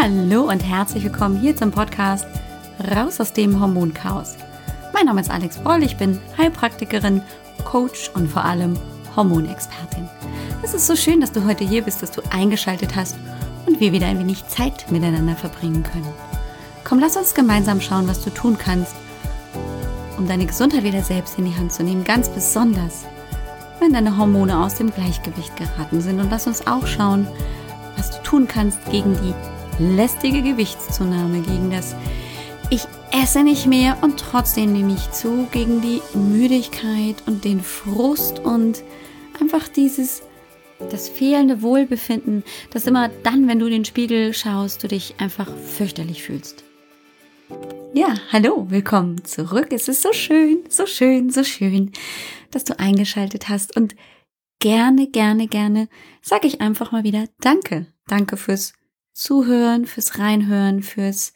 Hallo und herzlich willkommen hier zum Podcast Raus aus dem Hormonchaos. Mein Name ist Alex Broll, ich bin Heilpraktikerin, Coach und vor allem Hormonexpertin. Es ist so schön, dass du heute hier bist, dass du eingeschaltet hast und wir wieder ein wenig Zeit miteinander verbringen können. Komm, lass uns gemeinsam schauen, was du tun kannst, um deine Gesundheit wieder selbst in die Hand zu nehmen, ganz besonders, wenn deine Hormone aus dem Gleichgewicht geraten sind. Und lass uns auch schauen, was du tun kannst gegen die lästige Gewichtszunahme, gegen das ich esse nicht mehr und trotzdem nehme ich zu, gegen die Müdigkeit und den Frust und einfach das fehlende Wohlbefinden, dass immer dann, wenn du in den Spiegel schaust, du dich einfach fürchterlich fühlst. Ja, hallo, willkommen zurück. Es ist so schön, so schön, so schön, dass du eingeschaltet hast und gerne sage ich einfach mal wieder Danke. Danke fürs Zuhören, fürs Reinhören, fürs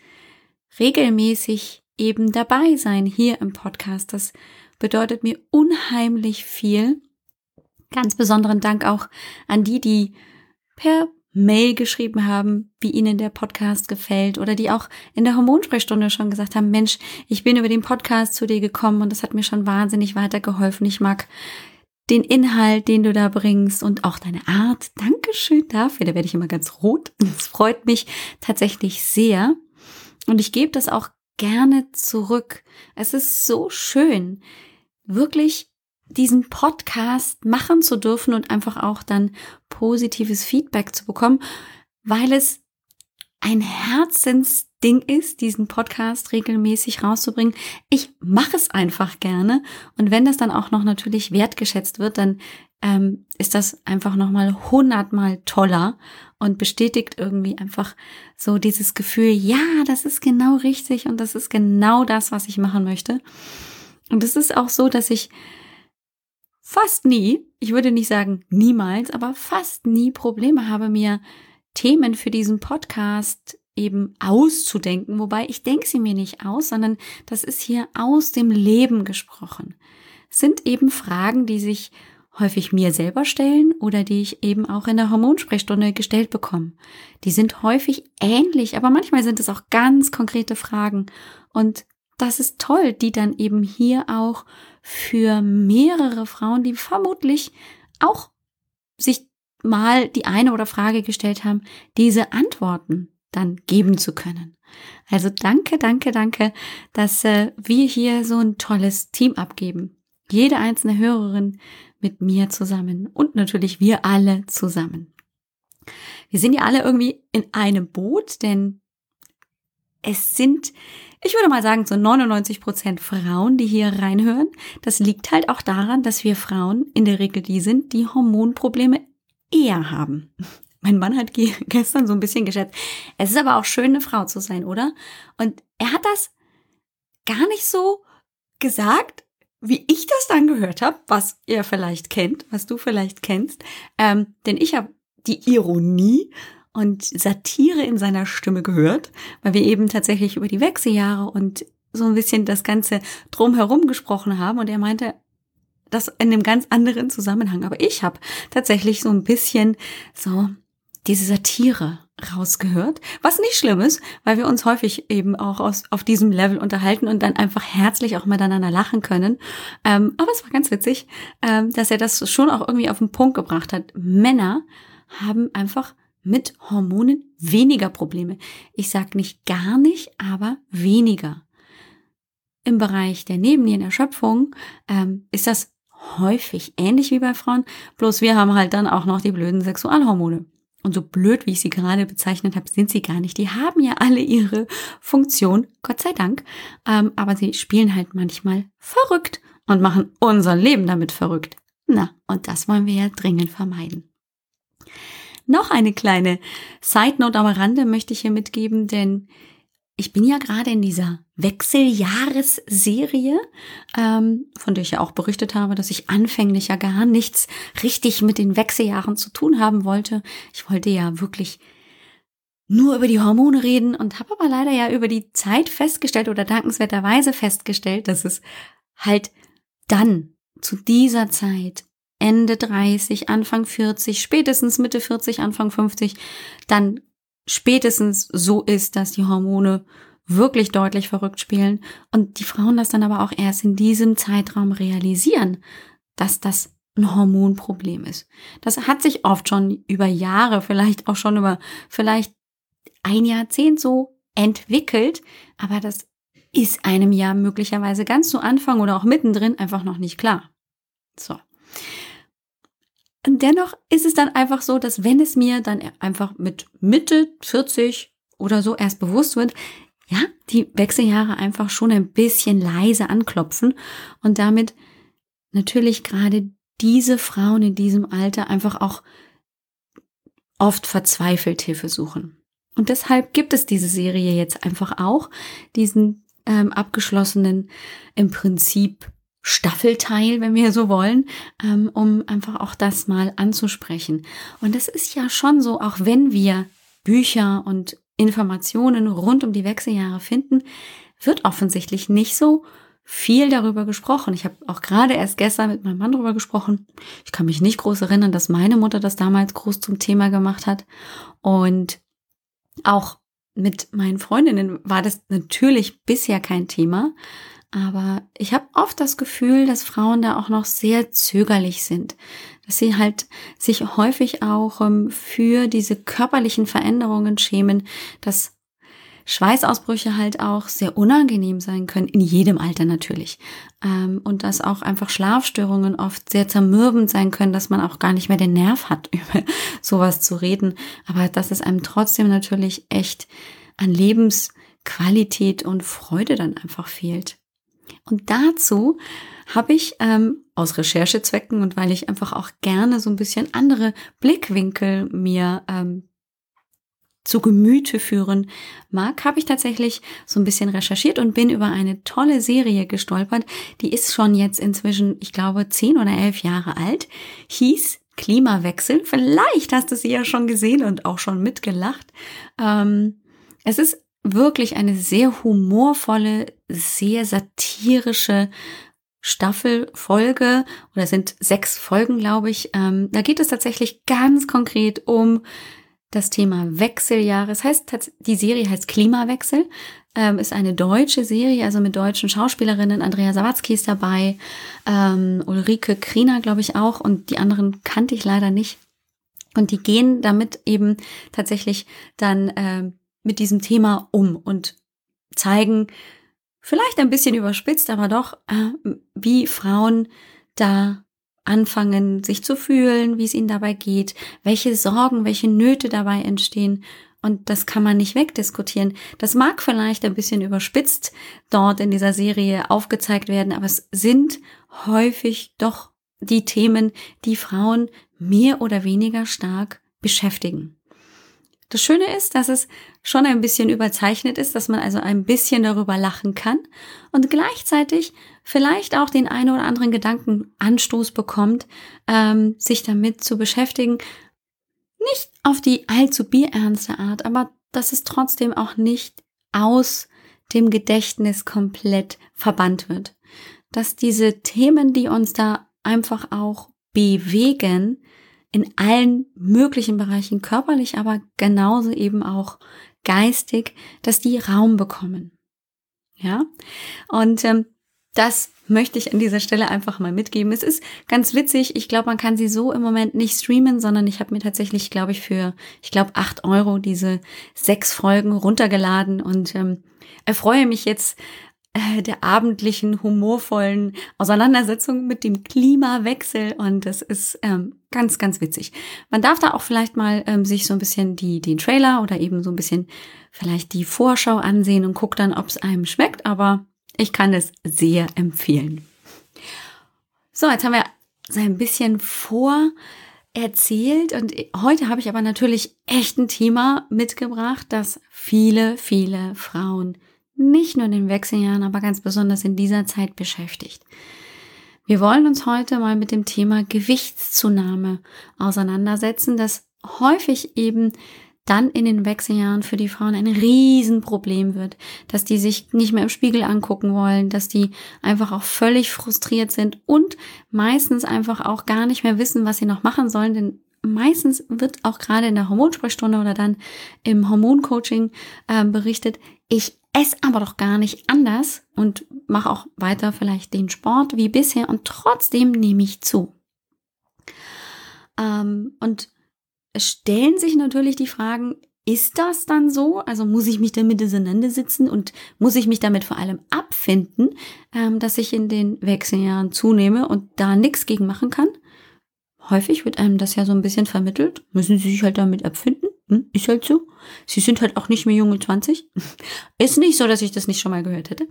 regelmäßig eben dabei sein hier im Podcast. Das bedeutet mir unheimlich viel. Ganz besonderen Dank auch an die per Mail geschrieben haben, wie ihnen der Podcast gefällt oder die auch in der Hormonsprechstunde schon gesagt haben, Mensch, ich bin über den Podcast zu dir gekommen und das hat mir schon wahnsinnig weitergeholfen. Ich mag den Inhalt, den du da bringst und auch deine Art. Dankeschön dafür. Da werde ich immer ganz rot. Das freut mich tatsächlich sehr. Und ich gebe das auch gerne zurück. Es ist so schön, wirklich diesen Podcast machen zu dürfen und einfach auch dann positives Feedback zu bekommen, weil es ein Herzensding ist, diesen Podcast regelmäßig rauszubringen. Ich mache es einfach gerne und wenn das dann auch noch natürlich wertgeschätzt wird, dann ist das einfach nochmal 100-mal toller und bestätigt irgendwie einfach so dieses Gefühl, ja, das ist genau richtig und das ist genau das, was ich machen möchte. Und es ist auch so, dass ich fast nie, ich würde nicht sagen niemals, aber fast nie Probleme habe, mir Themen für diesen Podcast eben auszudenken, wobei ich denke sie mir nicht aus, sondern das ist hier aus dem Leben gesprochen. Es sind eben Fragen, die sich häufig mir selber stellen oder die ich eben auch in der Hormonsprechstunde gestellt bekomme. Die sind häufig ähnlich, aber manchmal sind es auch ganz konkrete Fragen und das ist toll, die dann eben hier auch für mehrere Frauen, die vermutlich auch sich mal die eine oder Frage gestellt haben, diese Antworten dann geben zu können. Also danke, dass wir hier so ein tolles Team abgeben. Jede einzelne Hörerin mit mir zusammen und natürlich wir alle zusammen. Wir sind ja alle irgendwie in einem Boot, denn es sind, ich würde mal sagen, so 99% Frauen, die hier reinhören. Das liegt halt auch daran, dass wir Frauen in der Regel die sind, die Hormonprobleme eher haben. Mein Mann hat gestern so ein bisschen geschätzt. Es ist aber auch schön, eine Frau zu sein, oder? Und er hat das gar nicht so gesagt, wie ich das dann gehört habe, was ihr vielleicht kennt, was du vielleicht kennst. Denn ich habe die Ironie und Satire in seiner Stimme gehört, weil wir eben tatsächlich über die Wechseljahre und so ein bisschen das Ganze drumherum gesprochen haben. Und er meinte, das in einem ganz anderen Zusammenhang. Aber ich habe tatsächlich so ein bisschen so diese Satire rausgehört, was nicht schlimm ist, weil wir uns häufig eben auch auf diesem Level unterhalten und dann einfach herzlich auch miteinander lachen können. Aber es war ganz witzig, dass er das schon auch irgendwie auf den Punkt gebracht hat. Männer haben einfach mit Hormonen weniger Probleme. Ich sage nicht gar nicht, aber weniger. Im Bereich der Nebennierenerschöpfung ist das häufig ähnlich wie bei Frauen, bloß wir haben halt dann auch noch die blöden Sexualhormone. Und so blöd, wie ich sie gerade bezeichnet habe, sind sie gar nicht. Die haben ja alle ihre Funktion, Gott sei Dank, aber sie spielen halt manchmal verrückt und machen unser Leben damit verrückt. Na, und das wollen wir ja dringend vermeiden. Noch eine kleine Side-Note am Rande möchte ich hier mitgeben, denn ich bin ja gerade in dieser Wechseljahresserie, von der ich ja auch berichtet habe, dass ich anfänglich ja gar nichts richtig mit den Wechseljahren zu tun haben wollte. Ich wollte ja wirklich nur über die Hormone reden und habe aber leider ja über die Zeit festgestellt oder dankenswerterweise festgestellt, dass es halt dann zu dieser Zeit Ende 30, Anfang 40, spätestens Mitte 40, Anfang 50, dann spätestens so ist, dass die Hormone wirklich deutlich verrückt spielen und die Frauen das dann aber auch erst in diesem Zeitraum realisieren, dass das ein Hormonproblem ist. Das hat sich oft schon über Jahre, vielleicht auch schon über vielleicht ein Jahrzehnt so entwickelt, aber das ist einem ja möglicherweise ganz zu Anfang oder auch mittendrin einfach noch nicht klar. So. Und dennoch ist es dann einfach so, dass wenn es mir dann einfach mit Mitte 40 oder so erst bewusst wird, ja, die Wechseljahre einfach schon ein bisschen leise anklopfen und damit natürlich gerade diese Frauen in diesem Alter einfach auch oft verzweifelt Hilfe suchen. Und deshalb gibt es diese Serie jetzt einfach auch, diesen abgeschlossenen, im Prinzip Staffelteil, wenn wir so wollen, um einfach auch das mal anzusprechen. Und es ist ja schon so, auch wenn wir Bücher und Informationen rund um die Wechseljahre finden, wird offensichtlich nicht so viel darüber gesprochen. Ich habe auch gerade erst gestern mit meinem Mann darüber gesprochen. Ich kann mich nicht groß erinnern, dass meine Mutter das damals groß zum Thema gemacht hat. Und auch mit meinen Freundinnen war das natürlich bisher kein Thema. Aber ich habe oft das Gefühl, dass Frauen da auch noch sehr zögerlich sind. Dass sie halt sich häufig auch für diese körperlichen Veränderungen schämen, dass Schweißausbrüche halt auch sehr unangenehm sein können, in jedem Alter natürlich. Und dass auch einfach Schlafstörungen oft sehr zermürbend sein können, dass man auch gar nicht mehr den Nerv hat, über sowas zu reden. Aber dass es einem trotzdem natürlich echt an Lebensqualität und Freude dann einfach fehlt. Und dazu habe ich aus Recherchezwecken und weil ich einfach auch gerne so ein bisschen andere Blickwinkel mir zu Gemüte führen mag, habe ich tatsächlich so ein bisschen recherchiert und bin über eine tolle Serie gestolpert. Die ist schon jetzt inzwischen, ich glaube, 10 oder 11 Jahre alt, hieß Klimawechsel. Vielleicht hast du sie ja schon gesehen und auch schon mitgelacht. Es ist wirklich eine sehr humorvolle, sehr satirische Staffelfolge, oder es sind 6 Folgen, glaube ich. Da geht es tatsächlich ganz konkret um das Thema Wechseljahre. Das heißt, die Serie heißt Klimawechsel, ist eine deutsche Serie, also mit deutschen Schauspielerinnen. Andrea Sawatzki ist dabei, Ulrike Kriener, glaube ich, auch, und die anderen kannte ich leider nicht. Und die gehen damit eben tatsächlich dann mit diesem Thema um und zeigen, vielleicht ein bisschen überspitzt, aber doch, wie Frauen da anfangen, sich zu fühlen, wie es ihnen dabei geht, welche Sorgen, welche Nöte dabei entstehen. Und das kann man nicht wegdiskutieren. Das mag vielleicht ein bisschen überspitzt dort in dieser Serie aufgezeigt werden, aber es sind häufig doch die Themen, die Frauen mehr oder weniger stark beschäftigen. Das Schöne ist, dass es schon ein bisschen überzeichnet ist, dass man also ein bisschen darüber lachen kann und gleichzeitig vielleicht auch den einen oder anderen Gedankenanstoß bekommt, sich damit zu beschäftigen. Nicht auf die allzu bierernste Art, aber dass es trotzdem auch nicht aus dem Gedächtnis komplett verbannt wird. Dass diese Themen, die uns da einfach auch bewegen, in allen möglichen Bereichen körperlich, aber genauso eben auch geistig, dass die Raum bekommen. Ja, und das möchte ich an dieser Stelle einfach mal mitgeben. Es ist ganz witzig. Ich glaube, man kann sie so im Moment nicht streamen, sondern ich habe mir tatsächlich, glaube ich, für 8 € diese 6 Folgen runtergeladen und erfreue mich jetzt der abendlichen, humorvollen Auseinandersetzung mit dem Klimawechsel, und das ist ganz, ganz witzig. Man darf da auch vielleicht mal sich so ein bisschen den Trailer oder eben so ein bisschen vielleicht die Vorschau ansehen und guckt dann, ob es einem schmeckt, aber ich kann es sehr empfehlen. So, jetzt haben wir so ein bisschen vorerzählt und heute habe ich aber natürlich echt ein Thema mitgebracht, das viele, viele Frauen nicht nur in den Wechseljahren, aber ganz besonders in dieser Zeit beschäftigt. Wir wollen uns heute mal mit dem Thema Gewichtszunahme auseinandersetzen, das häufig eben dann in den Wechseljahren für die Frauen ein Riesenproblem wird, dass die sich nicht mehr im Spiegel angucken wollen, dass die einfach auch völlig frustriert sind und meistens einfach auch gar nicht mehr wissen, was sie noch machen sollen, denn meistens wird auch gerade in der Hormonsprechstunde oder dann im Hormoncoaching berichtet, ich esse aber doch gar nicht anders und mache auch weiter vielleicht den Sport wie bisher und trotzdem nehme ich zu. Und es stellen sich natürlich die Fragen, ist das dann so? Also muss ich mich damit auseinandersetzen und muss ich mich damit vor allem abfinden, dass ich in den Wechseljahren zunehme und da nichts gegen machen kann? Häufig wird einem das ja so ein bisschen vermittelt. Müssen Sie sich halt damit abfinden? Ist halt so. Sie sind halt auch nicht mehr junge 20. Ist nicht so, dass ich das nicht schon mal gehört hätte.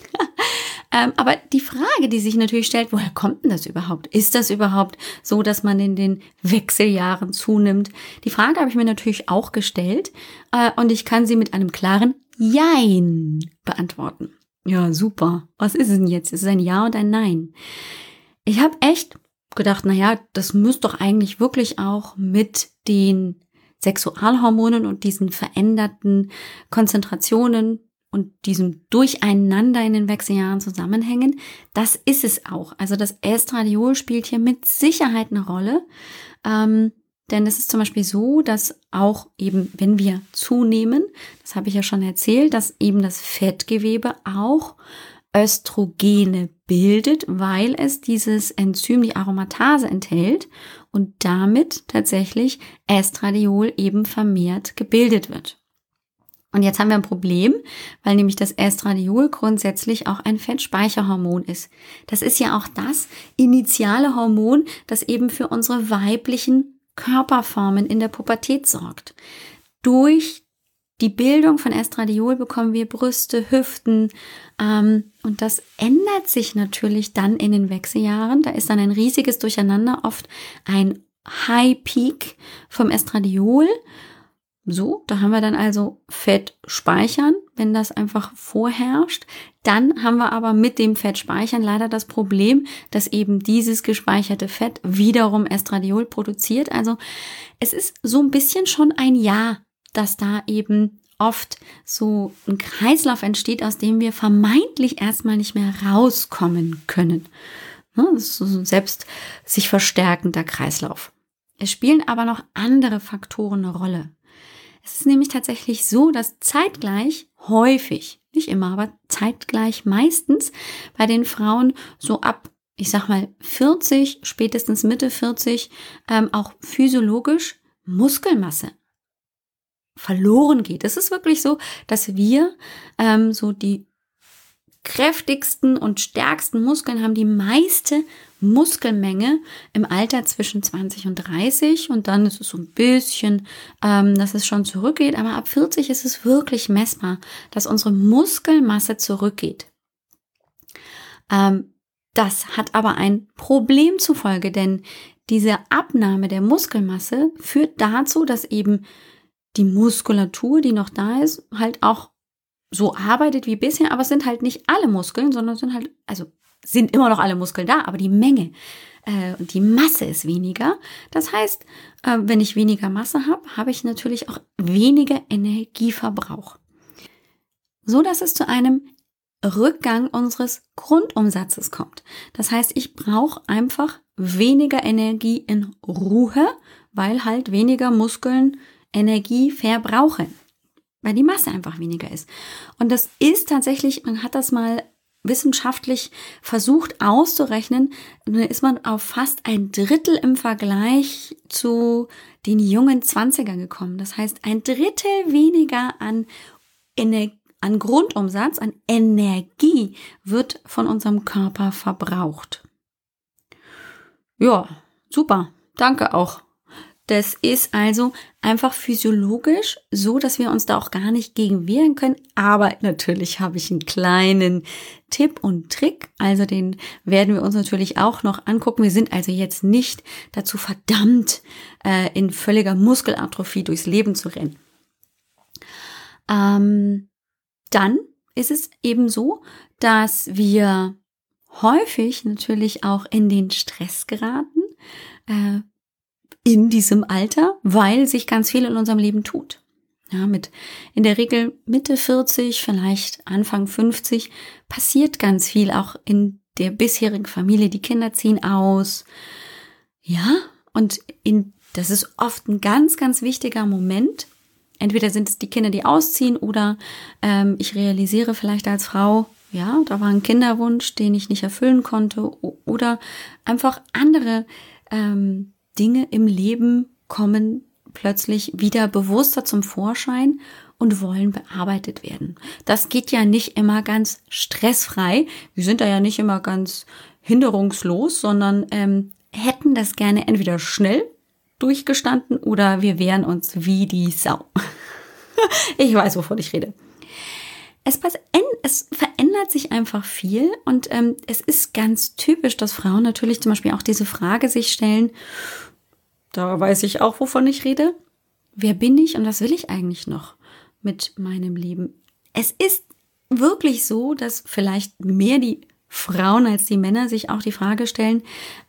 Aber die Frage, die sich natürlich stellt, woher kommt denn das überhaupt? Ist das überhaupt so, dass man in den Wechseljahren zunimmt? Die Frage habe ich mir natürlich auch gestellt und ich kann sie mit einem klaren Jein beantworten. Ja, super. Was ist es denn jetzt? Ist es ein Ja und ein Nein? Ich habe echt gedacht, das muss doch eigentlich wirklich auch mit den Sexualhormonen und diesen veränderten Konzentrationen und diesem Durcheinander in den Wechseljahren zusammenhängen. Das ist es auch. Also das Estradiol spielt hier mit Sicherheit eine Rolle. Denn es ist zum Beispiel so, dass auch eben, wenn wir zunehmen, das habe ich ja schon erzählt, dass eben das Fettgewebe auch Östrogene bildet, weil es dieses Enzym, die Aromatase, enthält und damit tatsächlich Estradiol eben vermehrt gebildet wird. Und jetzt haben wir ein Problem, weil nämlich das Estradiol grundsätzlich auch ein Fettspeicherhormon ist. Das ist ja auch das initiale Hormon, das eben für unsere weiblichen Körperformen in der Pubertät sorgt. Durch die Bildung von Estradiol bekommen wir Brüste, Hüften und das ändert sich natürlich dann in den Wechseljahren. Da ist dann ein riesiges Durcheinander, oft ein High Peak vom Estradiol. So, da haben wir dann also Fett speichern, wenn das einfach vorherrscht. Dann haben wir aber mit dem Fett speichern leider das Problem, dass eben dieses gespeicherte Fett wiederum Estradiol produziert. Also es ist so ein bisschen schon ein Jahr, dass da eben oft so ein Kreislauf entsteht, aus dem wir vermeintlich erstmal nicht mehr rauskommen können. Das ist so ein selbst sich verstärkender Kreislauf. Es spielen aber noch andere Faktoren eine Rolle. Es ist nämlich tatsächlich so, dass zeitgleich häufig, nicht immer, aber zeitgleich meistens bei den Frauen so ab, ich sag mal 40, spätestens Mitte 40, auch physiologisch Muskelmasse verloren geht. Es ist wirklich so, dass wir so die kräftigsten und stärksten Muskeln haben, die meiste Muskelmenge im Alter zwischen 20 und 30 und dann ist es so ein bisschen, dass es schon zurückgeht, aber ab 40 ist es wirklich messbar, dass unsere Muskelmasse zurückgeht. Das hat aber ein Problem zur Folge, denn diese Abnahme der Muskelmasse führt dazu, dass eben die Muskulatur, die noch da ist, halt auch so arbeitet wie bisher, aber es sind halt nicht alle Muskeln, sondern sind immer noch alle Muskeln da, aber die Menge und die Masse ist weniger. Das heißt, wenn ich weniger Masse habe, habe ich natürlich auch weniger Energieverbrauch. So dass es zu einem Rückgang unseres Grundumsatzes kommt. Das heißt, ich brauche einfach weniger Energie in Ruhe, weil halt weniger Muskeln Energie verbrauchen, weil die Masse einfach weniger ist. Und das ist tatsächlich, man hat das mal wissenschaftlich versucht auszurechnen, und dann ist man auf fast 1/3 im Vergleich zu den jungen 20ern gekommen. Das heißt, 1/3 weniger an Grundumsatz, an Energie wird von unserem Körper verbraucht. Ja, super. Danke auch. Das ist also einfach physiologisch so, dass wir uns da auch gar nicht gegen wehren können. Aber natürlich habe ich einen kleinen Tipp und Trick. Also den werden wir uns natürlich auch noch angucken. Wir sind also jetzt nicht dazu verdammt, in völliger Muskelatrophie durchs Leben zu rennen. Dann ist es eben so, dass wir häufig natürlich auch in den Stress geraten, in diesem Alter, weil sich ganz viel in unserem Leben tut. Ja, in der Regel Mitte 40, vielleicht Anfang 50 passiert ganz viel auch in der bisherigen Familie. Die Kinder ziehen aus. Ja, Und das ist oft ein ganz, ganz wichtiger Moment. Entweder sind es die Kinder, die ausziehen, oder ich realisiere vielleicht als Frau, ja, da war ein Kinderwunsch, den ich nicht erfüllen konnte, oder einfach andere Dinge im Leben kommen plötzlich wieder bewusster zum Vorschein und wollen bearbeitet werden. Das geht ja nicht immer ganz stressfrei. Wir sind da ja nicht immer ganz hinderungslos, sondern hätten das gerne entweder schnell durchgestanden oder wir wehren uns wie die Sau. Ich weiß, wovon ich rede. Es verändert sich einfach viel und es ist ganz typisch, dass Frauen natürlich zum Beispiel auch diese Frage sich stellen, da weiß ich auch, wovon ich rede. Wer bin ich und was will ich eigentlich noch mit meinem Leben? Es ist wirklich so, dass vielleicht mehr die Frauen als die Männer sich auch die Frage stellen,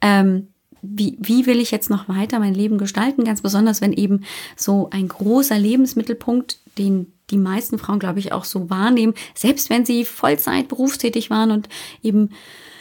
wie will ich jetzt noch weiter mein Leben gestalten? Ganz besonders, wenn eben so ein großer Lebensmittelpunkt, den die meisten Frauen, glaube ich, auch so wahrnehmen, selbst wenn sie Vollzeit berufstätig waren und eben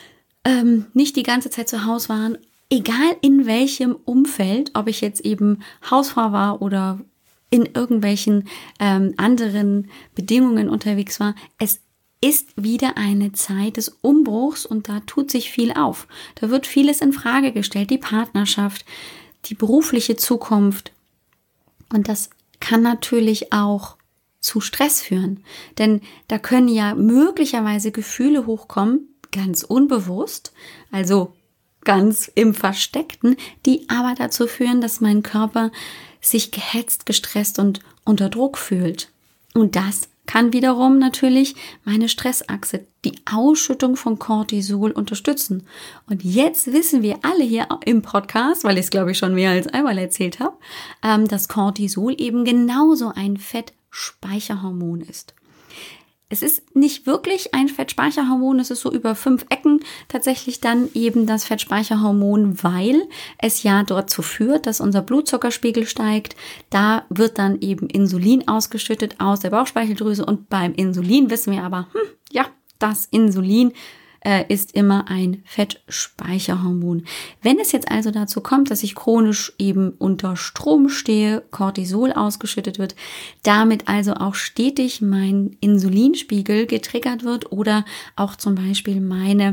nicht die ganze Zeit zu Hause waren, egal in welchem Umfeld, ob ich jetzt eben Hausfrau war oder in irgendwelchen anderen Bedingungen unterwegs war, es ist wieder eine Zeit des Umbruchs und da tut sich viel auf. Da wird vieles in Frage gestellt, die Partnerschaft, die berufliche Zukunft. Und das kann natürlich auch zu Stress führen, denn da können ja möglicherweise Gefühle hochkommen, ganz unbewusst, also ganz im Versteckten, die aber dazu führen, dass mein Körper sich gehetzt, gestresst und unter Druck fühlt. Und das kann wiederum natürlich meine Stressachse, die Ausschüttung von Cortisol unterstützen. Und jetzt wissen wir alle hier im Podcast, weil ich es, glaube ich, schon mehr als einmal erzählt habe, dass Cortisol eben genauso ein Fettspeicherhormon ist. Es ist nicht wirklich ein Fettspeicherhormon, es ist so über 5 Ecken tatsächlich dann eben das Fettspeicherhormon, weil es ja dazu führt, dass unser Blutzuckerspiegel steigt. Da wird dann eben Insulin ausgeschüttet aus der Bauchspeicheldrüse und beim Insulin wissen wir aber, das Insulin ist immer ein Fettspeicherhormon. Wenn es jetzt also dazu kommt, dass ich chronisch eben unter Strom stehe, Cortisol ausgeschüttet wird, damit also auch stetig mein Insulinspiegel getriggert wird oder auch zum Beispiel meine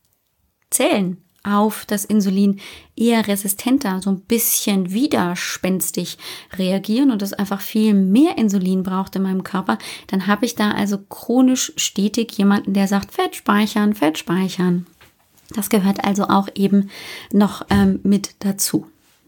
Zellen auf das Insulin eher resistenter, so ein bisschen widerspenstig reagieren und es einfach viel mehr Insulin braucht in meinem Körper, dann habe ich da also chronisch stetig jemanden, der sagt, Fett speichern, Fett speichern. Das gehört also auch eben noch mit dazu.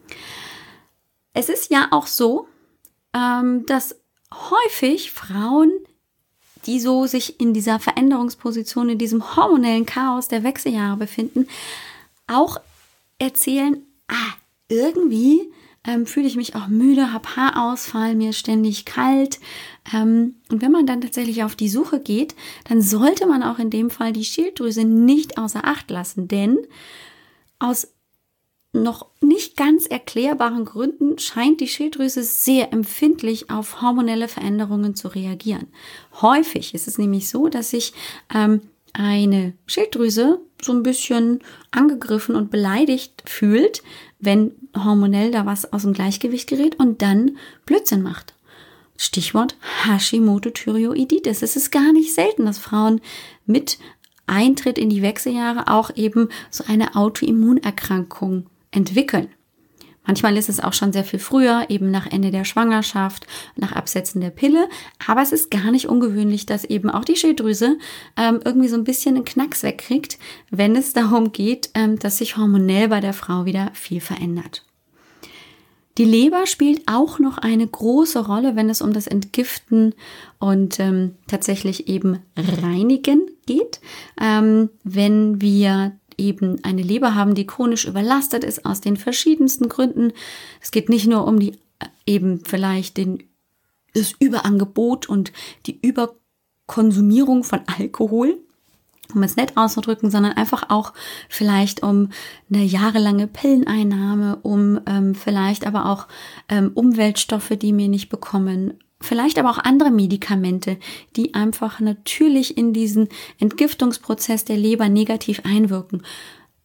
Es ist ja auch so, dass häufig Frauen, die so sich in dieser Veränderungsposition, in diesem hormonellen Chaos der Wechseljahre befinden, auch erzählen, irgendwie fühle ich mich auch müde, habe Haarausfall, mir ist ständig kalt. Und wenn man dann tatsächlich auf die Suche geht, dann sollte man auch in dem Fall die Schilddrüse nicht außer Acht lassen, denn aus noch nicht ganz erklärbaren Gründen scheint die Schilddrüse sehr empfindlich auf hormonelle Veränderungen zu reagieren. Häufig ist es nämlich so, dass sich eine Schilddrüse so ein bisschen angegriffen und beleidigt fühlt, wenn hormonell da was aus dem Gleichgewicht gerät und dann Blödsinn macht. Stichwort Hashimoto-Thyreoiditis. Es ist gar nicht selten, dass Frauen mit Eintritt in die Wechseljahre auch eben so eine Autoimmunerkrankung entwickeln. Manchmal ist es auch schon sehr viel früher, eben nach Ende der Schwangerschaft, nach Absetzen der Pille. Aber es ist gar nicht ungewöhnlich, dass eben auch die Schilddrüse irgendwie so ein bisschen einen Knacks wegkriegt, wenn es darum geht, dass sich hormonell bei der Frau wieder viel verändert. Die Leber spielt auch noch eine große Rolle, wenn es um das Entgiften und tatsächlich eben Reinigen geht. Wenn wir eben eine Leber haben, die chronisch überlastet ist aus den verschiedensten Gründen. Es geht nicht nur um die eben vielleicht das Überangebot und die Überkonsumierung von Alkohol, um es nett auszudrücken, sondern einfach auch vielleicht um eine jahrelange Pilleneinnahme, um vielleicht aber auch Umweltstoffe, die wir nicht bekommen, vielleicht aber auch andere Medikamente, die einfach natürlich in diesen Entgiftungsprozess der Leber negativ einwirken.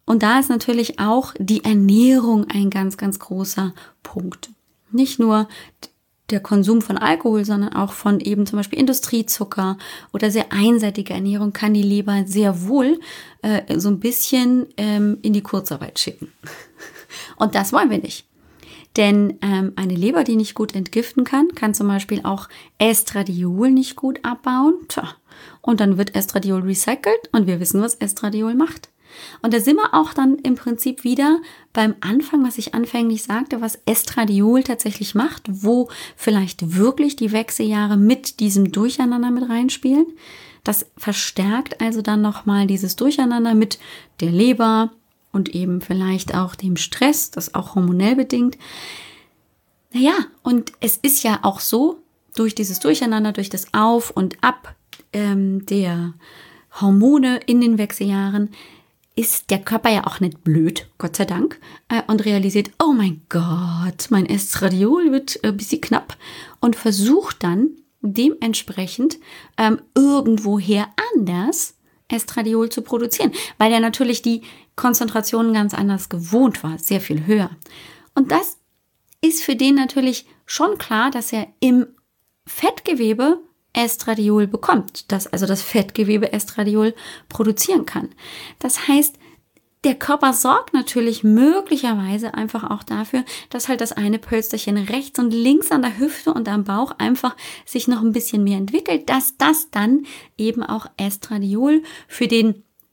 Und da ist natürlich auch die Ernährung ein ganz, ganz großer Punkt. Nicht nur der Konsum von Alkohol, sondern auch von eben zum Beispiel Industriezucker oder sehr einseitige Ernährung kann die Leber sehr wohl so ein bisschen in die Kurzarbeit schicken. Und das wollen wir nicht. Denn eine Leber, die nicht gut entgiften kann zum Beispiel auch Estradiol nicht gut abbauen. Und dann wird Estradiol recycelt und wir wissen, was Estradiol macht. Und da sind wir auch dann im Prinzip wieder beim Anfang, was ich anfänglich sagte, was Estradiol tatsächlich macht, wo vielleicht wirklich die Wechseljahre mit diesem Durcheinander mit reinspielen. Das verstärkt also dann nochmal dieses Durcheinander mit der Leber und eben vielleicht auch dem Stress, das auch hormonell bedingt. Naja, und es ist ja auch so, durch dieses Durcheinander, durch das Auf und Ab der Hormone in den Wechseljahren, ist der Körper ja auch nicht blöd, Gott sei Dank, und realisiert, oh mein Gott, mein Estradiol wird ein bisschen knapp und versucht dann dementsprechend irgendwoher anders Estradiol zu produzieren, weil er natürlich die Konzentration ganz anders gewohnt war, sehr viel höher. Und das ist für den natürlich schon klar, dass er im Fettgewebe Estradiol bekommt, dass also das Fettgewebe Estradiol produzieren kann. Das heißt, der Körper sorgt natürlich möglicherweise einfach auch dafür, dass halt das eine Pölsterchen rechts und links an der Hüfte und am Bauch einfach sich noch ein bisschen mehr entwickelt, dass das dann eben auch Estradiol für die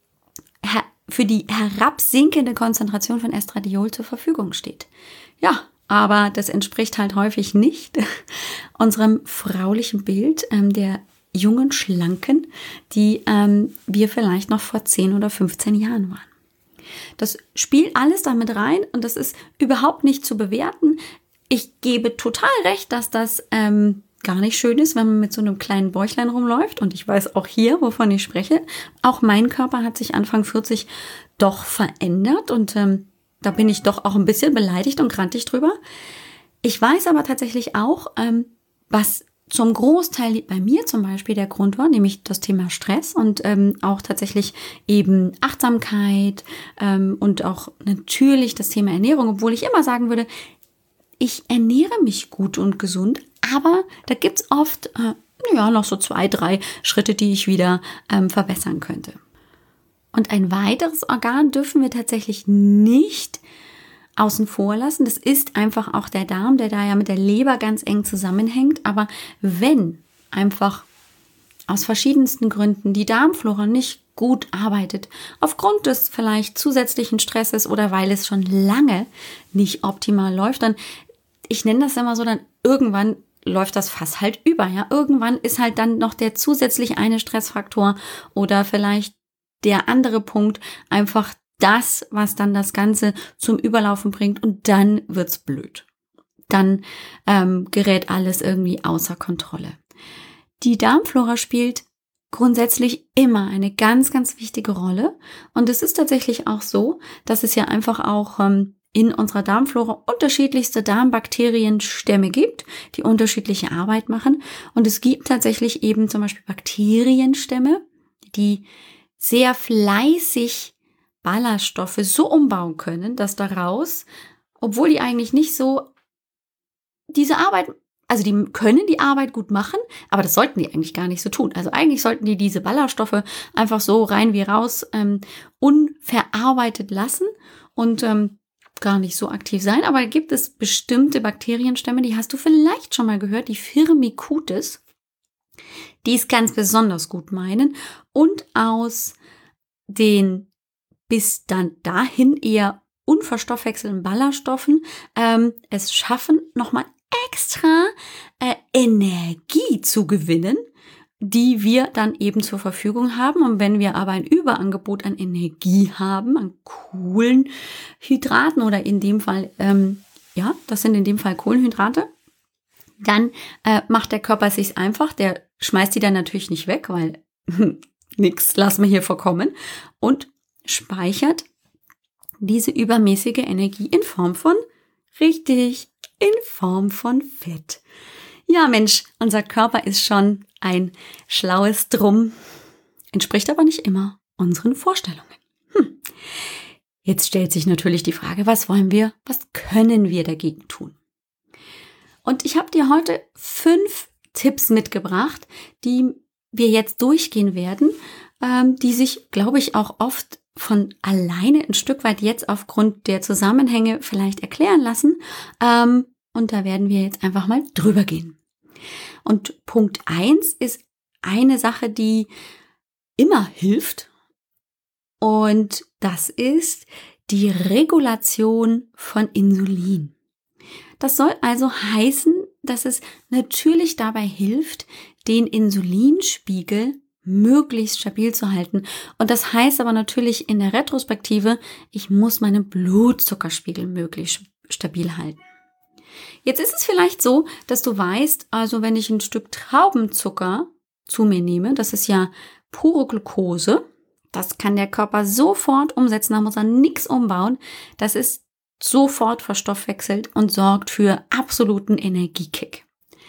herabsinkende Konzentration von Estradiol zur Verfügung steht. Ja, aber das entspricht halt häufig nicht unserem fraulichen Bild der jungen Schlanken, die wir vielleicht noch vor 10 oder 15 Jahren waren. Das spielt alles damit rein und das ist überhaupt nicht zu bewerten. Ich gebe total recht, dass das gar nicht schön ist, wenn man mit so einem kleinen Bäuchlein rumläuft. Und ich weiß auch hier, wovon ich spreche. Auch mein Körper hat sich Anfang 40 doch verändert und da bin ich doch auch ein bisschen beleidigt und grantig drüber. Ich weiß aber tatsächlich auch, was zum Großteil bei mir zum Beispiel der Grund war, nämlich das Thema Stress und auch tatsächlich eben Achtsamkeit und auch natürlich das Thema Ernährung, obwohl ich immer sagen würde, ich ernähre mich gut und gesund, aber da gibt's oft noch so 2, 3 Schritte, die ich wieder verbessern könnte. Und ein weiteres Organ dürfen wir tatsächlich nicht außen vor lassen. Das ist einfach auch der Darm, der da ja mit der Leber ganz eng zusammenhängt. Aber wenn einfach aus verschiedensten Gründen die Darmflora nicht gut arbeitet, aufgrund des vielleicht zusätzlichen Stresses oder weil es schon lange nicht optimal läuft, dann, ich nenne das immer so, dann irgendwann läuft das Fass halt über. Ja? Irgendwann ist halt dann noch der zusätzlich eine Stressfaktor oder vielleicht der andere Punkt einfach das, was dann das Ganze zum Überlaufen bringt und dann wird's blöd. Dann gerät alles irgendwie außer Kontrolle. Die Darmflora spielt grundsätzlich immer eine ganz, ganz wichtige Rolle und es ist tatsächlich auch so, dass es ja einfach auch in unserer Darmflora unterschiedlichste Darmbakterienstämme gibt, die unterschiedliche Arbeit machen und es gibt tatsächlich eben zum Beispiel Bakterienstämme, die sehr fleißig Ballaststoffe so umbauen können, dass daraus, obwohl die eigentlich nicht so diese Arbeit, also die können die Arbeit gut machen, aber das sollten die eigentlich gar nicht so tun. Also eigentlich sollten die diese Ballaststoffe einfach so rein wie raus unverarbeitet lassen und gar nicht so aktiv sein. Aber da gibt es bestimmte Bakterienstämme, die hast du vielleicht schon mal gehört, die Firmicutes, die es ganz besonders gut meinen und aus den bis dann dahin eher unverstoffwechselnden Ballaststoffen es schaffen, nochmal extra Energie zu gewinnen, die wir dann eben zur Verfügung haben. Und wenn wir aber ein Überangebot an Energie haben, an Kohlenhydraten oder in dem Fall, das sind in dem Fall Kohlenhydrate, dann macht der Körper es sich einfach, der schmeißt die dann natürlich nicht weg, weil nix lassen wir hier vorkommen und speichert diese übermäßige Energie in Form von Fett. Ja, Mensch, unser Körper ist schon ein schlaues Drum, entspricht aber nicht immer unseren Vorstellungen. Jetzt stellt sich natürlich die Frage, was können wir dagegen tun? Und ich habe dir heute 5 Tipps mitgebracht, die wir jetzt durchgehen werden, die sich, glaube ich, auch oft von alleine ein Stück weit jetzt aufgrund der Zusammenhänge vielleicht erklären lassen. Und da werden wir jetzt einfach mal drüber gehen. Und Punkt 1 ist eine Sache, die immer hilft. Und das ist die Regulation von Insulin. Das soll also heißen, dass es natürlich dabei hilft, den Insulinspiegel möglichst stabil zu halten. Und das heißt aber natürlich in der Retrospektive, ich muss meinen Blutzuckerspiegel möglichst stabil halten. Jetzt ist es vielleicht so, dass du weißt, also wenn ich ein Stück Traubenzucker zu mir nehme, das ist ja pure Glucose, das kann der Körper sofort umsetzen, da muss er nichts umbauen. Das ist sofort verstoffwechselt und sorgt für absoluten Energiekick.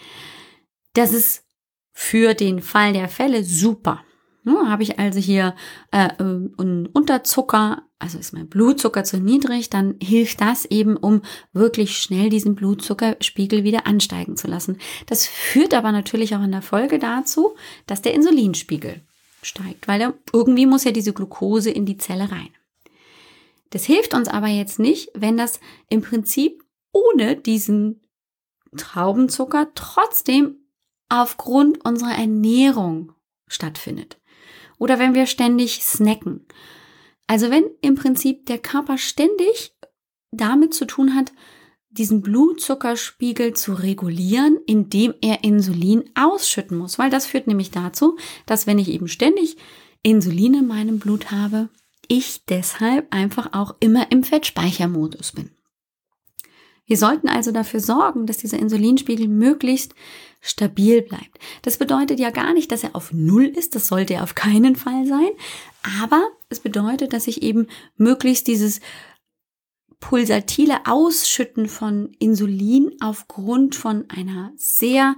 Das ist für den Fall der Fälle super. Habe ich also hier einen Unterzucker, also ist mein Blutzucker zu niedrig, dann hilft das eben, um wirklich schnell diesen Blutzuckerspiegel wieder ansteigen zu lassen. Das führt aber natürlich auch in der Folge dazu, dass der Insulinspiegel steigt, weil irgendwie muss ja diese Glucose in die Zelle rein. Das hilft uns aber jetzt nicht, wenn das im Prinzip ohne diesen Traubenzucker trotzdem aufgrund unserer Ernährung stattfindet. Oder wenn wir ständig snacken. Also wenn im Prinzip der Körper ständig damit zu tun hat, diesen Blutzuckerspiegel zu regulieren, indem er Insulin ausschütten muss. Weil das führt nämlich dazu, dass wenn ich eben ständig Insulin in meinem Blut habe, ich deshalb einfach auch immer im Fettspeichermodus bin. Wir sollten also dafür sorgen, dass dieser Insulinspiegel möglichst stabil bleibt. Das bedeutet ja gar nicht, dass er auf 0 ist, das sollte er auf keinen Fall sein, aber es bedeutet, dass ich eben möglichst dieses pulsatile Ausschütten von Insulin aufgrund von einer sehr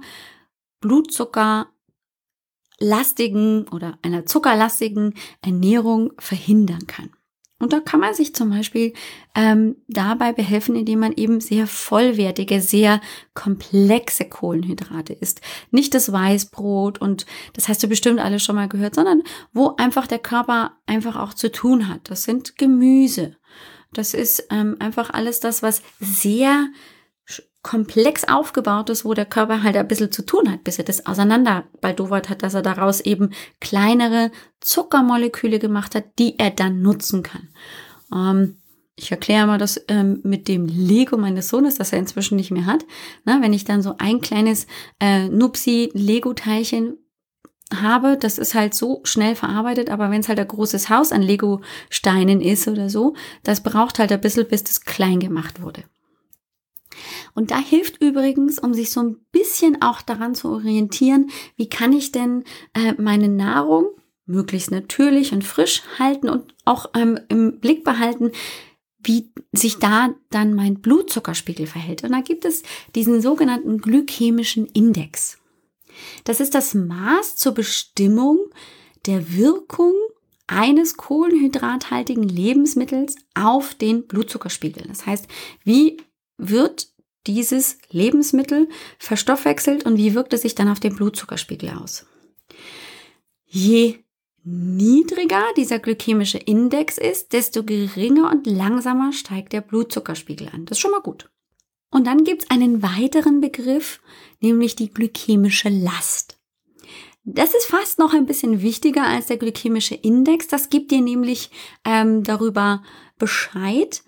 blutzuckerlastigen oder einer zuckerlastigen Ernährung verhindern kann. Und da kann man sich zum Beispiel dabei behelfen, indem man eben sehr vollwertige, sehr komplexe Kohlenhydrate isst. Nicht das Weißbrot und das hast du bestimmt alles schon mal gehört, sondern wo einfach der Körper einfach auch zu tun hat. Das sind Gemüse. Das ist einfach alles das, was sehr komplex aufgebaut ist, wo der Körper halt ein bisschen zu tun hat, bis er das auseinanderbaldowert hat, dass er daraus eben kleinere Zuckermoleküle gemacht hat, die er dann nutzen kann. Ich erkläre mal das mit dem Lego meines Sohnes, das er inzwischen nicht mehr hat. Na, wenn ich dann so ein kleines Nupsi-Lego-Teilchen habe, das ist halt so schnell verarbeitet, aber wenn es halt ein großes Haus an Lego-Steinen ist oder so, das braucht halt ein bisschen, bis das klein gemacht wurde. Und da hilft übrigens, um sich so ein bisschen auch daran zu orientieren, wie kann ich denn meine Nahrung möglichst natürlich und frisch halten und auch im Blick behalten, wie sich da dann mein Blutzuckerspiegel verhält. Und da gibt es diesen sogenannten glykämischen Index. Das ist das Maß zur Bestimmung der Wirkung eines kohlenhydrathaltigen Lebensmittels auf den Blutzuckerspiegel. Das heißt, wie wird dieses Lebensmittel verstoffwechselt und wie wirkt es sich dann auf den Blutzuckerspiegel aus? Je niedriger dieser glykämische Index ist, desto geringer und langsamer steigt der Blutzuckerspiegel an. Das ist schon mal gut. Und dann gibt es einen weiteren Begriff, nämlich die glykämische Last. Das ist fast noch ein bisschen wichtiger als der glykämische Index. Das gibt dir nämlich darüber Bescheid,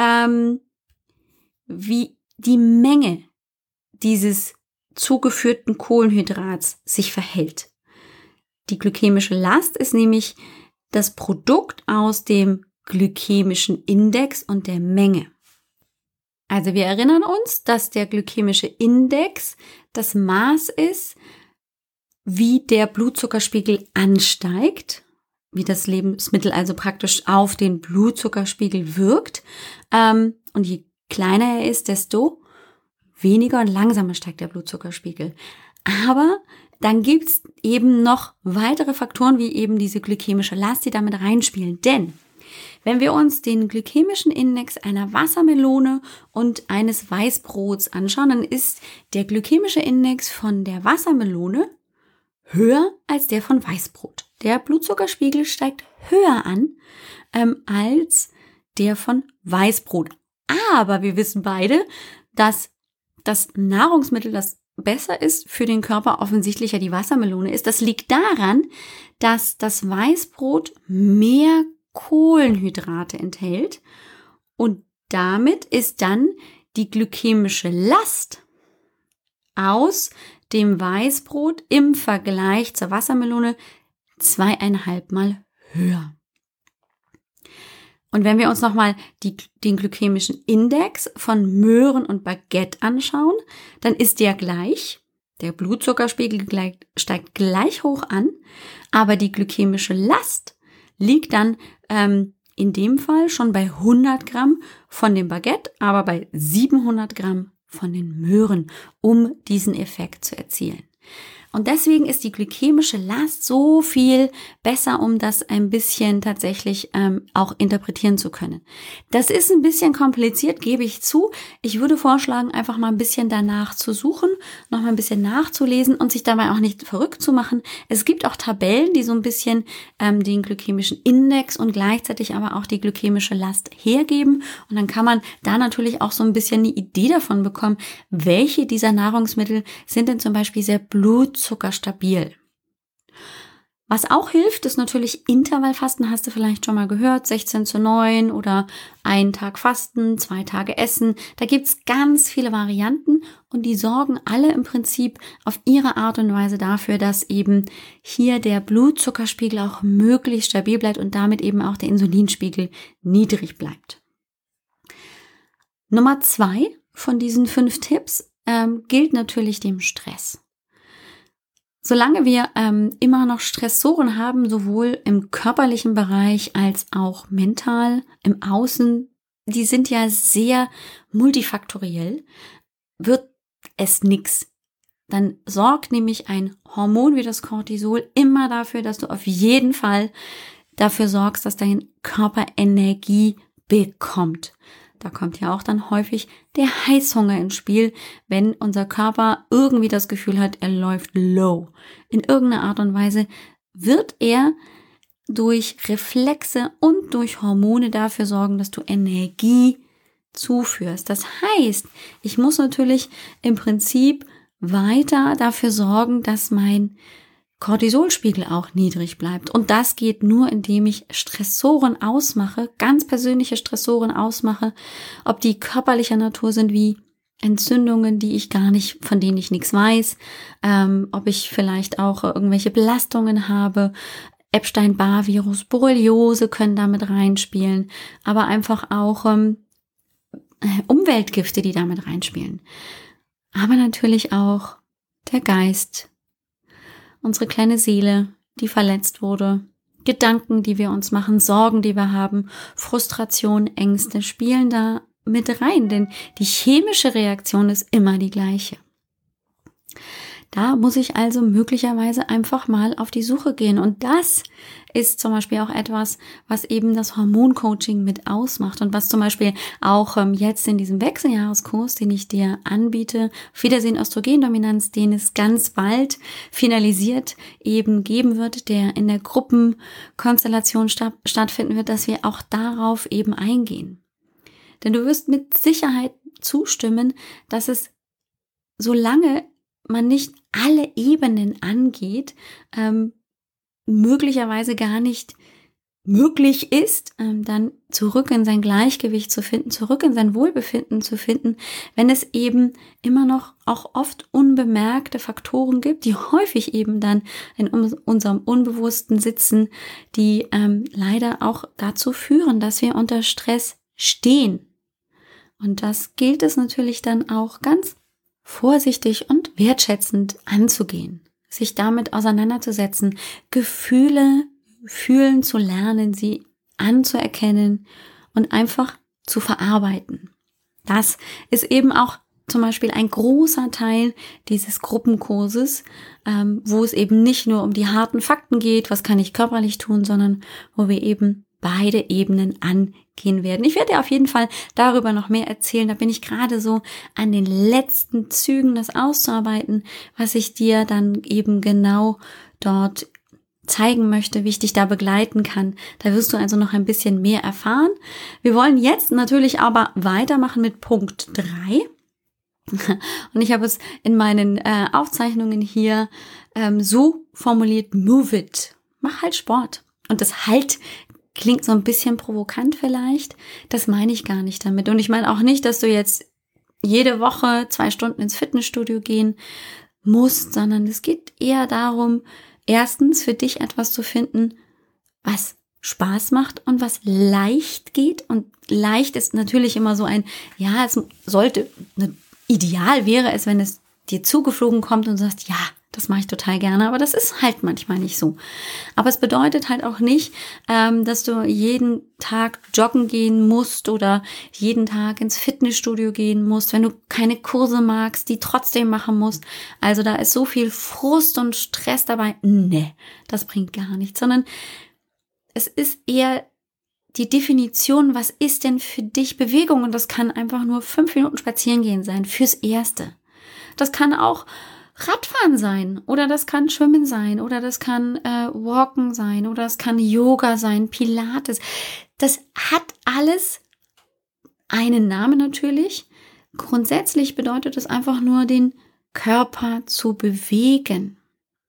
wie die Menge dieses zugeführten Kohlenhydrats sich verhält. Die glykämische Last ist nämlich das Produkt aus dem glykämischen Index und der Menge. Also wir erinnern uns, dass der glykämische Index das Maß ist, wie der Blutzuckerspiegel ansteigt, wie das Lebensmittel also praktisch auf den Blutzuckerspiegel wirkt. Und je kleiner er ist, desto weniger und langsamer steigt der Blutzuckerspiegel. Aber dann gibt's eben noch weitere Faktoren, wie eben diese glykämische Last, die damit reinspielen. Denn Wenn wir uns den glykämischen Index einer Wassermelone und eines Weißbrots anschauen, dann ist der glykämische Index von der Wassermelone höher als der von Weißbrot. Der Blutzuckerspiegel steigt höher an als der von Weißbrot. Aber wir wissen beide, dass das Nahrungsmittel, das besser ist für den Körper, offensichtlich ja die Wassermelone ist. Das liegt daran, dass das Weißbrot mehr Kohlenhydrate enthält und damit ist dann die glykämische Last aus dem Weißbrot im Vergleich zur Wassermelone 2,5 Mal höher. Und wenn wir uns nochmal den glykämischen Index von Möhren und Baguette anschauen, dann ist der gleich. Der Blutzuckerspiegel steigt gleich hoch an, aber die glykämische Last liegt dann in dem Fall schon bei 100 Gramm von dem Baguette, aber bei 700 Gramm von den Möhren, um diesen Effekt zu erzielen. Und deswegen ist die glykämische Last so viel besser, um das ein bisschen tatsächlich auch interpretieren zu können. Das ist ein bisschen kompliziert, gebe ich zu. Ich würde vorschlagen, einfach mal ein bisschen danach zu suchen, noch mal ein bisschen nachzulesen und sich dabei auch nicht verrückt zu machen. Es gibt auch Tabellen, die so ein bisschen den glykämischen Index und gleichzeitig aber auch die glykämische Last hergeben. Und dann kann man da natürlich auch so ein bisschen eine Idee davon bekommen, welche dieser Nahrungsmittel sind denn zum Beispiel sehr blutzuckerstabil. Was auch hilft, ist natürlich Intervallfasten, hast du vielleicht schon mal gehört, 16:9 oder 1 Tag Fasten, 2 Tage Essen. Da gibt's ganz viele Varianten und die sorgen alle im Prinzip auf ihre Art und Weise dafür, dass eben hier der Blutzuckerspiegel auch möglichst stabil bleibt und damit eben auch der Insulinspiegel niedrig bleibt. Nummer 2 von diesen 5 Tipps gilt natürlich dem Stress. Solange wir immer noch Stressoren haben, sowohl im körperlichen Bereich als auch mental, im Außen, die sind ja sehr multifaktoriell, wird es nix. Dann sorgt nämlich ein Hormon wie das Cortisol immer dafür, dass du auf jeden Fall dafür sorgst, dass dein Körper Energie bekommt. Da kommt ja auch dann häufig der Heißhunger ins Spiel, wenn unser Körper irgendwie das Gefühl hat, er läuft low. In irgendeiner Art und Weise wird er durch Reflexe und durch Hormone dafür sorgen, dass du Energie zuführst. Das heißt, ich muss natürlich im Prinzip weiter dafür sorgen, dass mein Cortisolspiegel auch niedrig bleibt. Und das geht nur, indem ich Stressoren ausmache, ganz persönliche Stressoren ausmache, ob die körperlicher Natur sind wie Entzündungen, von denen ich nichts weiß, ob ich vielleicht auch irgendwelche Belastungen habe, Epstein-Barr-Virus, Borreliose können damit reinspielen, aber einfach auch Umweltgifte, die damit reinspielen. Aber natürlich auch der Geist, unsere kleine Seele, die verletzt wurde, Gedanken, die wir uns machen, Sorgen, die wir haben, Frustration, Ängste spielen da mit rein, denn die chemische Reaktion ist immer die gleiche. Da muss ich also möglicherweise einfach mal auf die Suche gehen. Und das ist zum Beispiel auch etwas, was eben das Hormoncoaching mit ausmacht und was zum Beispiel auch jetzt in diesem Wechseljahreskurs, den ich dir anbiete, Wiedersehen Östrogendominanz, den es ganz bald finalisiert eben geben wird, der in der Gruppenkonstellation stattfinden wird, dass wir auch darauf eben eingehen. Denn du wirst mit Sicherheit zustimmen, dass es, solange man nicht alle Ebenen angeht, möglicherweise gar nicht möglich ist, dann zurück in sein Gleichgewicht zu finden, zurück in sein Wohlbefinden zu finden, wenn es eben immer noch auch oft unbemerkte Faktoren gibt, die häufig eben dann in unserem Unbewussten sitzen, die leider auch dazu führen, dass wir unter Stress stehen. Und das gilt es natürlich dann auch ganz vorsichtig und wertschätzend anzugehen, sich damit auseinanderzusetzen, Gefühle fühlen zu lernen, sie anzuerkennen und einfach zu verarbeiten. Das ist eben auch zum Beispiel ein großer Teil dieses Gruppenkurses, wo es eben nicht nur um die harten Fakten geht, was kann ich körperlich tun, sondern wo wir eben beide Ebenen angehen werden. Ich werde dir auf jeden Fall darüber noch mehr erzählen. Da bin ich gerade so an den letzten Zügen, das auszuarbeiten, was ich dir dann eben genau dort zeigen möchte, wie ich dich da begleiten kann. Da wirst du also noch ein bisschen mehr erfahren. Wir wollen jetzt natürlich aber weitermachen mit Punkt 3. Und ich habe es in meinen Aufzeichnungen hier so formuliert: Move it. Mach halt Sport. Und das halt klingt so ein bisschen provokant vielleicht. Das meine ich gar nicht damit. Und ich meine auch nicht, dass du jetzt jede Woche 2 Stunden ins Fitnessstudio gehen musst, sondern es geht eher darum, erstens für dich etwas zu finden, was Spaß macht und was leicht geht. Und leicht ist natürlich immer so ein, ja, es sollte, ideal wäre es, wenn es dir zugeflogen kommt und du sagst, ja, das mache ich total gerne, aber das ist halt manchmal nicht so. Aber es bedeutet halt auch nicht, dass du jeden Tag joggen gehen musst oder jeden Tag ins Fitnessstudio gehen musst, wenn du keine Kurse magst, die trotzdem machen musst. Also da ist so viel Frust und Stress dabei. Nee, das bringt gar nichts, sondern es ist eher die Definition, was ist denn für dich Bewegung? Und das kann einfach nur 5 Minuten spazieren gehen sein, fürs Erste. Das kann auch Radfahren sein oder das kann Schwimmen sein oder das kann Walken sein oder es kann Yoga sein, Pilates. Das hat alles einen Namen natürlich. Grundsätzlich bedeutet es einfach nur, den Körper zu bewegen.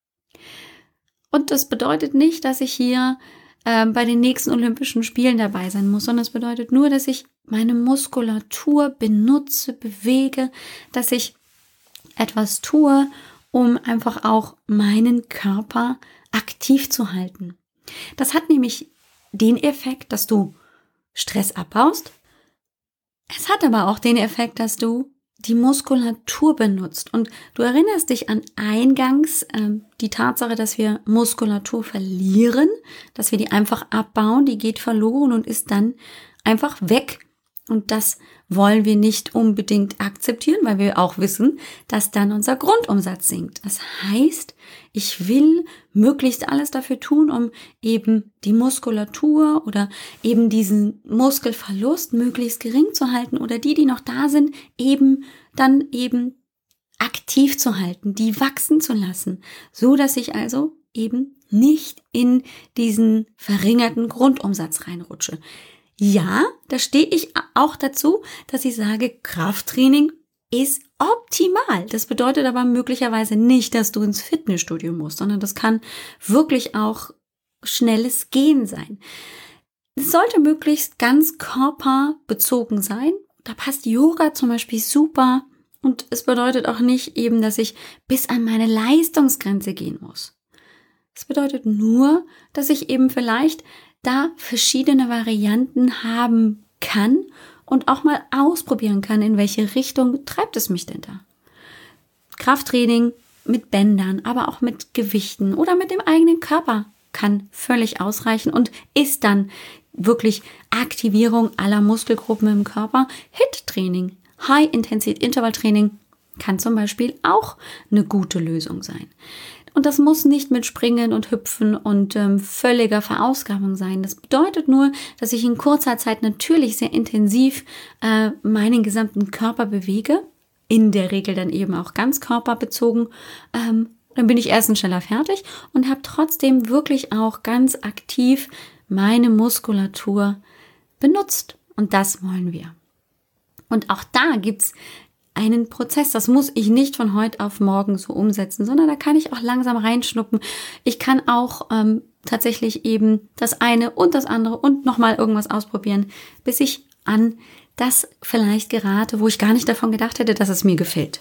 Und das bedeutet nicht, dass ich hier bei den nächsten Olympischen Spielen dabei sein muss, sondern es bedeutet nur, dass ich meine Muskulatur benutze, bewege, dass ich etwas tue, um einfach auch meinen Körper aktiv zu halten. Das hat nämlich den Effekt, dass du Stress abbaust. Es hat aber auch den Effekt, dass du die Muskulatur benutzt. Und du erinnerst dich an eingangs die Tatsache, dass wir Muskulatur verlieren, dass wir die einfach abbauen, die geht verloren und ist dann einfach weg. Und das wollen wir nicht unbedingt akzeptieren, weil wir auch wissen, dass dann unser Grundumsatz sinkt. Das heißt, ich will möglichst alles dafür tun, um eben die Muskulatur oder eben diesen Muskelverlust möglichst gering zu halten oder die noch da sind, eben aktiv zu halten, die wachsen zu lassen, so dass ich also eben nicht in diesen verringerten Grundumsatz reinrutsche. Ja, da stehe ich auch dazu, dass ich sage, Krafttraining ist optimal. Das bedeutet aber möglicherweise nicht, dass du ins Fitnessstudio musst, sondern das kann wirklich auch schnelles Gehen sein. Es sollte möglichst ganz körperbezogen sein. Da passt Yoga zum Beispiel super. Und es bedeutet auch nicht eben, dass ich bis an meine Leistungsgrenze gehen muss. Es bedeutet nur, dass ich eben vielleicht da verschiedene Varianten haben kann und auch mal ausprobieren kann, in welche Richtung treibt es mich denn da. Krafttraining mit Bändern, aber auch mit Gewichten oder mit dem eigenen Körper kann völlig ausreichen und ist dann wirklich Aktivierung aller Muskelgruppen im Körper. HIIT-Training, High-Intensity-Intervall-Training kann zum Beispiel auch eine gute Lösung sein. Und das muss nicht mit Springen und Hüpfen und völliger Verausgabung sein. Das bedeutet nur, dass ich in kurzer Zeit natürlich sehr intensiv meinen gesamten Körper bewege. In der Regel dann eben auch ganz körperbezogen. Dann bin ich erstens schneller fertig und habe trotzdem wirklich auch ganz aktiv meine Muskulatur benutzt. Und das wollen wir. Und auch da gibt's einen Prozess, das muss ich nicht von heute auf morgen so umsetzen, sondern da kann ich auch langsam reinschnuppen. Ich kann auch tatsächlich eben das eine und das andere und nochmal irgendwas ausprobieren, bis ich an das vielleicht gerate, wo ich gar nicht davon gedacht hätte, dass es mir gefällt.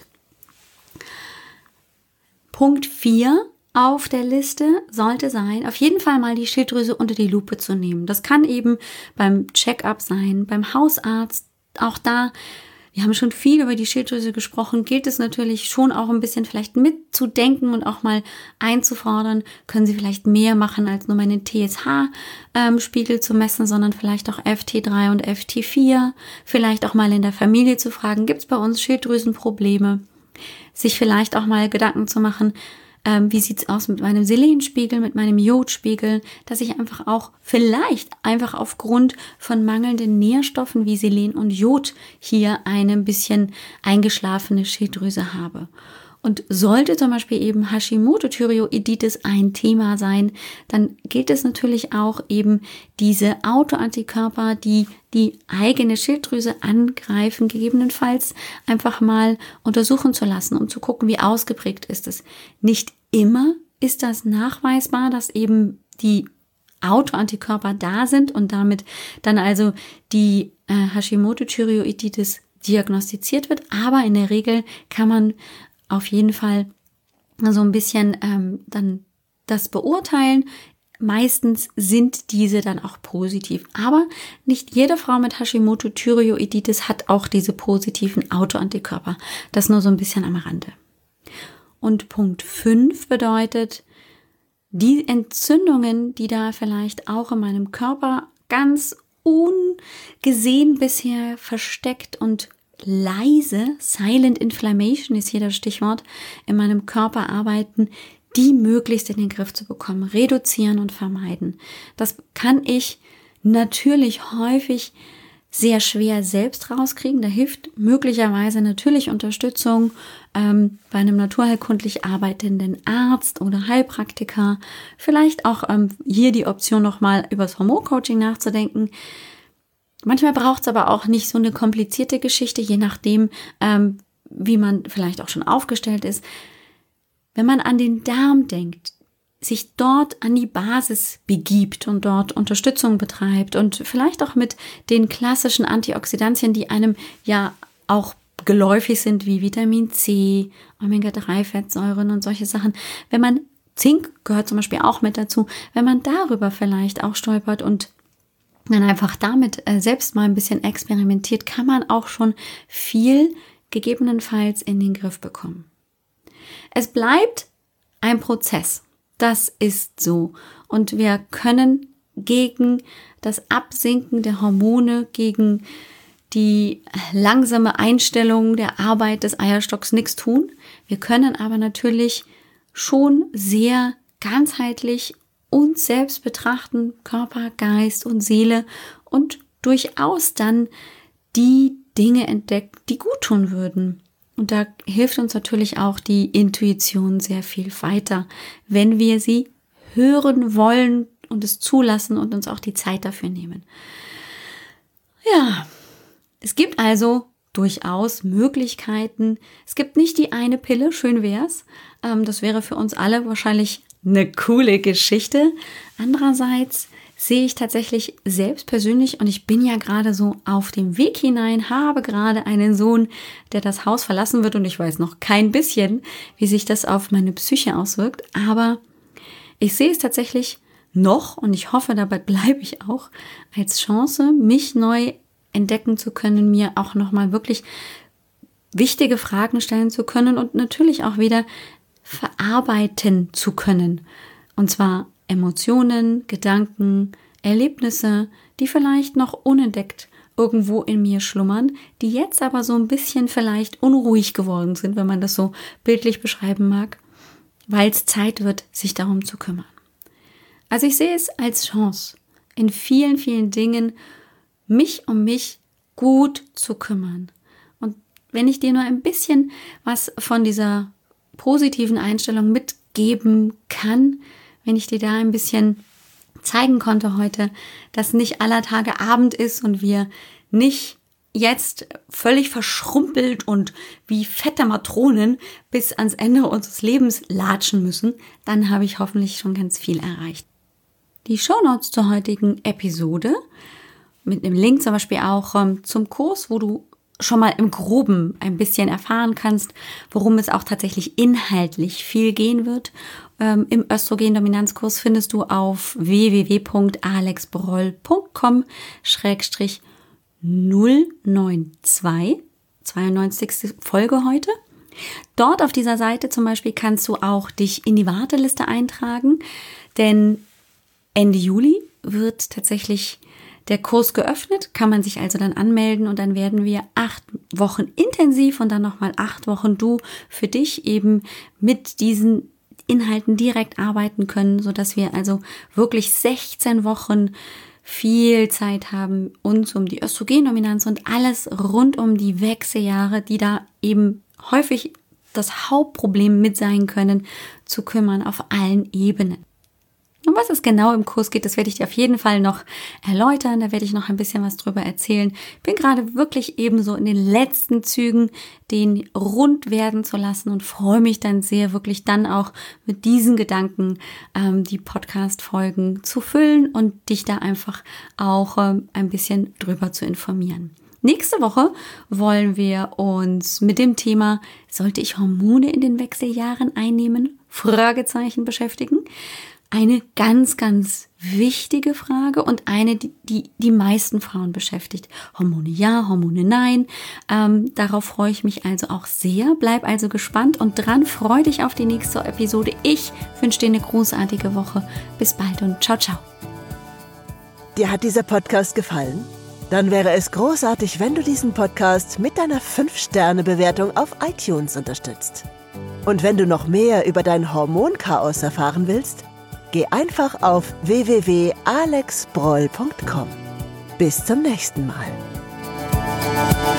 Punkt 4 auf der Liste sollte sein, auf jeden Fall mal die Schilddrüse unter die Lupe zu nehmen. Das kann eben beim Check-up sein, beim Hausarzt, auch da. Wir haben schon viel über die Schilddrüse gesprochen, gilt es natürlich schon auch ein bisschen vielleicht mitzudenken und auch mal einzufordern, können Sie vielleicht mehr machen, als nur meinen TSH-Spiegel zu messen, sondern vielleicht auch FT3 und FT4, vielleicht auch mal in der Familie zu fragen, gibt es bei uns Schilddrüsenprobleme, sich vielleicht auch mal Gedanken zu machen, wie sieht's aus mit meinem Selenspiegel, mit meinem Jodspiegel, dass ich einfach auch vielleicht einfach aufgrund von mangelnden Nährstoffen wie Selen und Jod hier eine ein bisschen eingeschlafene Schilddrüse habe. Und sollte zum Beispiel eben Hashimoto-Thyreoiditis ein Thema sein, dann gilt es natürlich auch eben diese Autoantikörper, die die eigene Schilddrüse angreifen, gegebenenfalls einfach mal untersuchen zu lassen, um zu gucken, wie ausgeprägt ist es. Nicht immer ist das nachweisbar, dass eben die Autoantikörper da sind und damit dann also die Hashimoto-Thyreoiditis diagnostiziert wird, aber in der Regel kann man auf jeden Fall so ein bisschen dann das beurteilen. Meistens sind diese dann auch positiv. Aber nicht jede Frau mit Hashimoto-Thyreoiditis hat auch diese positiven Autoantikörper. Das nur so ein bisschen am Rande. Und Punkt 5 bedeutet, die Entzündungen, die da vielleicht auch in meinem Körper ganz ungesehen bisher versteckt und leise, Silent Inflammation ist hier das Stichwort, in meinem Körper arbeiten, die möglichst in den Griff zu bekommen, reduzieren und vermeiden. Das kann ich natürlich häufig sehr schwer selbst rauskriegen. Da hilft möglicherweise natürlich Unterstützung bei einem naturheilkundlich arbeitenden Arzt oder Heilpraktiker. Vielleicht auch hier die Option nochmal über das Hormoncoaching nachzudenken. Manchmal braucht es aber auch nicht so eine komplizierte Geschichte, je nachdem, wie man vielleicht auch schon aufgestellt ist. Wenn man an den Darm denkt, sich dort an die Basis begibt und dort Unterstützung betreibt und vielleicht auch mit den klassischen Antioxidantien, die einem ja auch geläufig sind, wie Vitamin C, Omega-3-Fettsäuren und solche Sachen. Wenn man Zink gehört zum Beispiel auch mit dazu, wenn man darüber vielleicht auch stolpert und dann einfach damit selbst mal ein bisschen experimentiert, kann man auch schon viel gegebenenfalls in den Griff bekommen. Es bleibt ein Prozess. Das ist so. Und wir können gegen das Absinken der Hormone, gegen die langsame Einstellung der Arbeit des Eierstocks nichts tun. Wir können aber natürlich schon sehr ganzheitlich uns selbst betrachten, Körper, Geist und Seele und durchaus dann die Dinge entdecken, die gut tun würden. Und da hilft uns natürlich auch die Intuition sehr viel weiter, wenn wir sie hören wollen und es zulassen und uns auch die Zeit dafür nehmen. Ja, es gibt also durchaus Möglichkeiten. Es gibt nicht die eine Pille, schön wär's. Das wäre für uns alle wahrscheinlich eine coole Geschichte. Andererseits sehe ich tatsächlich selbst persönlich, und ich bin ja gerade so auf dem Weg hinein, habe gerade einen Sohn, der das Haus verlassen wird und ich weiß noch kein bisschen, wie sich das auf meine Psyche auswirkt, aber ich sehe es tatsächlich noch, und ich hoffe, dabei bleibe ich auch, als Chance, mich neu entdecken zu können, mir auch nochmal wirklich wichtige Fragen stellen zu können und natürlich auch wieder verarbeiten zu können. Und zwar Emotionen, Gedanken, Erlebnisse, die vielleicht noch unentdeckt irgendwo in mir schlummern, die jetzt aber so ein bisschen vielleicht unruhig geworden sind, wenn man das so bildlich beschreiben mag, weil es Zeit wird, sich darum zu kümmern. Also ich sehe es als Chance, in vielen, vielen Dingen mich um mich gut zu kümmern. Und wenn ich dir nur ein bisschen was von dieser positiven Einstellung mitgeben kann, wenn ich dir da ein bisschen zeigen konnte heute, dass nicht aller Tage Abend ist und wir nicht jetzt völlig verschrumpelt und wie fette Matronen bis ans Ende unseres Lebens latschen müssen, dann habe ich hoffentlich schon ganz viel erreicht. Die Shownotes zur heutigen Episode mit einem Link zum Beispiel auch zum Kurs, wo du schon mal im Groben ein bisschen erfahren kannst, worum es auch tatsächlich inhaltlich viel gehen wird. Im Östrogen-Dominanzkurs findest du auf www.alexbroll.com/092, 92. Folge heute. Dort auf dieser Seite zum Beispiel kannst du auch dich in die Warteliste eintragen, denn Ende Juli wird tatsächlich der Kurs geöffnet, kann man sich also dann anmelden und dann werden wir 8 Wochen intensiv und dann nochmal 8 Wochen du für dich eben mit diesen Inhalten direkt arbeiten können, sodass wir also wirklich 16 Wochen viel Zeit haben, uns um die Östrogendominanz und alles rund um die Wechseljahre, die da eben häufig das Hauptproblem mit sein können, zu kümmern auf allen Ebenen. Um was es genau im Kurs geht, das werde ich dir auf jeden Fall noch erläutern. Da werde ich noch ein bisschen was drüber erzählen. Bin gerade wirklich eben so in den letzten Zügen, den rund werden zu lassen und freue mich dann sehr, wirklich dann auch mit diesen Gedanken die Podcast-Folgen zu füllen und dich da einfach auch ein bisschen drüber zu informieren. Nächste Woche wollen wir uns mit dem Thema, sollte ich Hormone in den Wechseljahren einnehmen? Fragezeichen beschäftigen. Eine ganz, ganz wichtige Frage und eine, die die meisten Frauen beschäftigt. Hormone ja, Hormone nein. Darauf freue ich mich also auch sehr. Bleib also gespannt und dran. Freu dich auf die nächste Episode. Ich wünsche dir eine großartige Woche. Bis bald und ciao, ciao. Dir hat dieser Podcast gefallen? Dann wäre es großartig, wenn du diesen Podcast mit deiner 5-Sterne-Bewertung auf iTunes unterstützt. Und wenn du noch mehr über dein Hormonchaos erfahren willst, geh einfach auf www.alexbroll.com. Bis zum nächsten Mal.